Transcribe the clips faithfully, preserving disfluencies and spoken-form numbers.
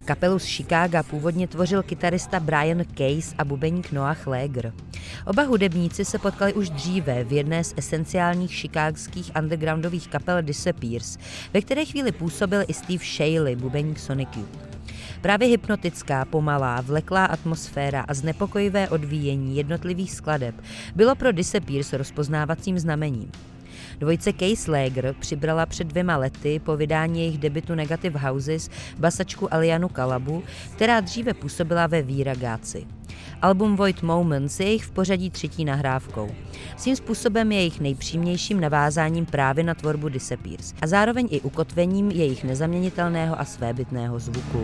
Kapelu z Chicaga původně tvořil kytarista Brian Case a bubeník Noah Lager. Oba hudebníci se potkali už dříve v jedné z esenciálních chicagských undergroundových kapel Disappears, ve které chvíli působil i Steve Shaley, bubeník Sonic Youth. Právě hypnotická, pomalá, vleklá atmosféra a znepokojivé odvíjení jednotlivých skladeb bylo pro Disappears rozpoznávacím znamením. Dvojice Case Lager přibrala před dvěma lety po vydání jejich debutu Negative Houses basačku Alianu Kalabu, která dříve působila ve Výragáci. Album Void Moments je jejich v pořadí třetí nahrávkou. Svým způsobem je jejich nejpřímějším navázáním právě na tvorbu Disappears a zároveň i ukotvením jejich nezaměnitelného a svébytného zvuku.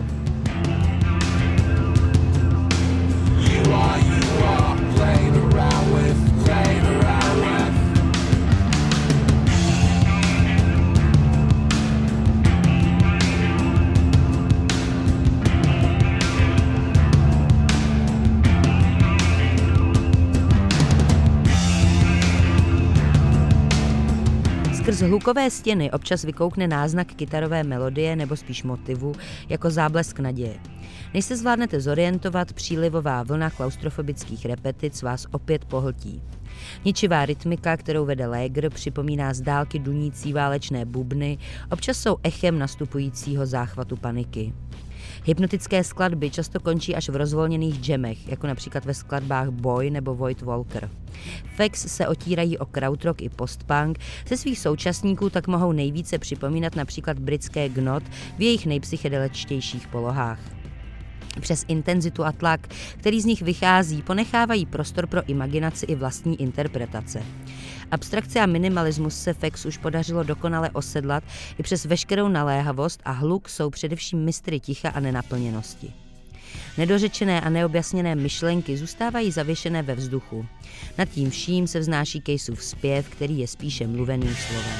You are, you are, playing around with, playing around with. Skrz hlukové stěny občas vykoukne náznak kytarové melodie nebo spíš motivu jako záblesk naděje. Než se zvládnete zorientovat, přílivová vlna klaustrofobických repetic vás opět pohltí. Ničivá rytmika, kterou vede Lager, připomíná z dálky dunící válečné bubny, občas jsou echem nastupujícího záchvatu paniky. Hypnotické skladby často končí až v rozvolněných jamech, jako například ve skladbách Boy nebo Void Walker. Facts se otírají o krautrock i postpunk, ze svých současníků tak mohou nejvíce připomínat například britské Gnot v jejich nejpsychedelečtějších polohách. Přes intenzitu a tlak, který z nich vychází, ponechávají prostor pro imaginaci i vlastní interpretace. Abstrakce a minimalismus se Facts už podařilo dokonale osedlat i přes veškerou naléhavost a hluk jsou především mistry ticha a nenaplněnosti. Nedořečené a neobjasněné myšlenky zůstávají zavěšené ve vzduchu. Nad tím vším se vznáší Caseův zpěv, který je spíše mluveným slovem.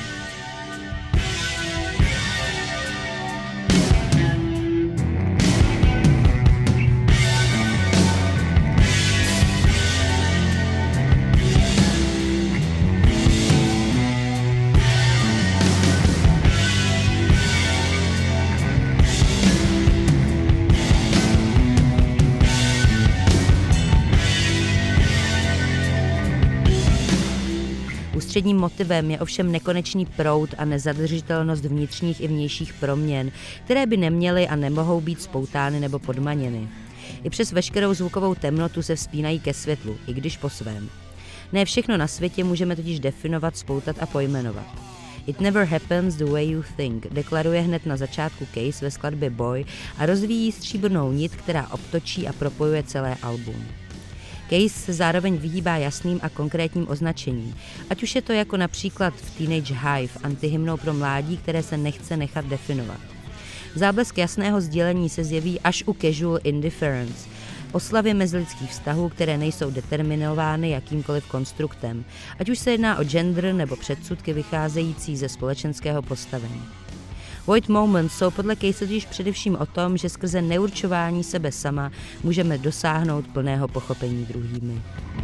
Ústředním motivem je ovšem nekonečný proud a nezadržitelnost vnitřních i vnějších proměn, které by neměly a nemohou být spoutány nebo podmaněny. I přes veškerou zvukovou temnotu se vzpínají ke světlu, i když po svém. Ne všechno na světě můžeme totiž definovat, spoutat a pojmenovat. It never happens the way you think, deklaruje hned na začátku Case ve skladbě Boy a rozvíjí stříbrnou nit, která obtočí a propojuje celé album. Case se zároveň vyhýbá jasným a konkrétním označením, ať už je to jako například v Teenage Hive, antihymnou pro mládí, které se nechce nechat definovat. Záblesk jasného sdělení se zjeví až u Casual Indifference, oslavě mezilidských vztahů, které nejsou determinovány jakýmkoliv konstruktem, ať už se jedná o gender nebo předsudky vycházející ze společenského postavení. Void Moments jsou podle Case totiž především o tom, že skrze neurčování sebe sama můžeme dosáhnout plného pochopení druhými.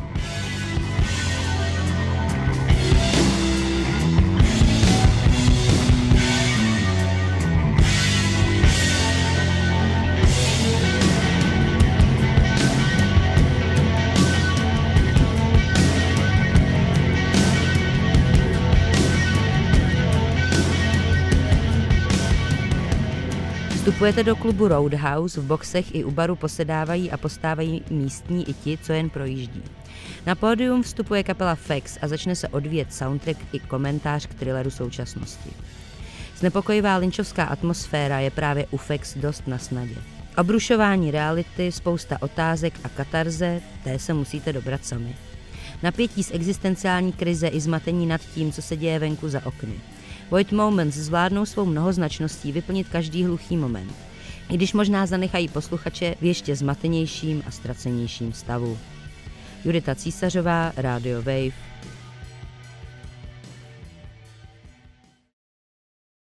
Vstupujete do klubu Roadhouse, v boxech i u baru posedávají a postávají místní i ti, co jen projíždí. Na pódium vstupuje kapela Facts a začne se odvíjet soundtrack i komentář k thrilleru současnosti. Znepokojivá lynchovská atmosféra je právě u Facts dost na snadě. Obrušování reality, spousta otázek a katarze, té se musíte dobrat sami. Napětí z existenciální krize i zmatení nad tím, co se děje venku za okny. Void Moments zvládnou svou mnohoznačností vyplnit každý hluchý moment, i když možná zanechají posluchače v ještě zmatenějším a ztracenějším stavu. Judita Císařová, Radio Wave,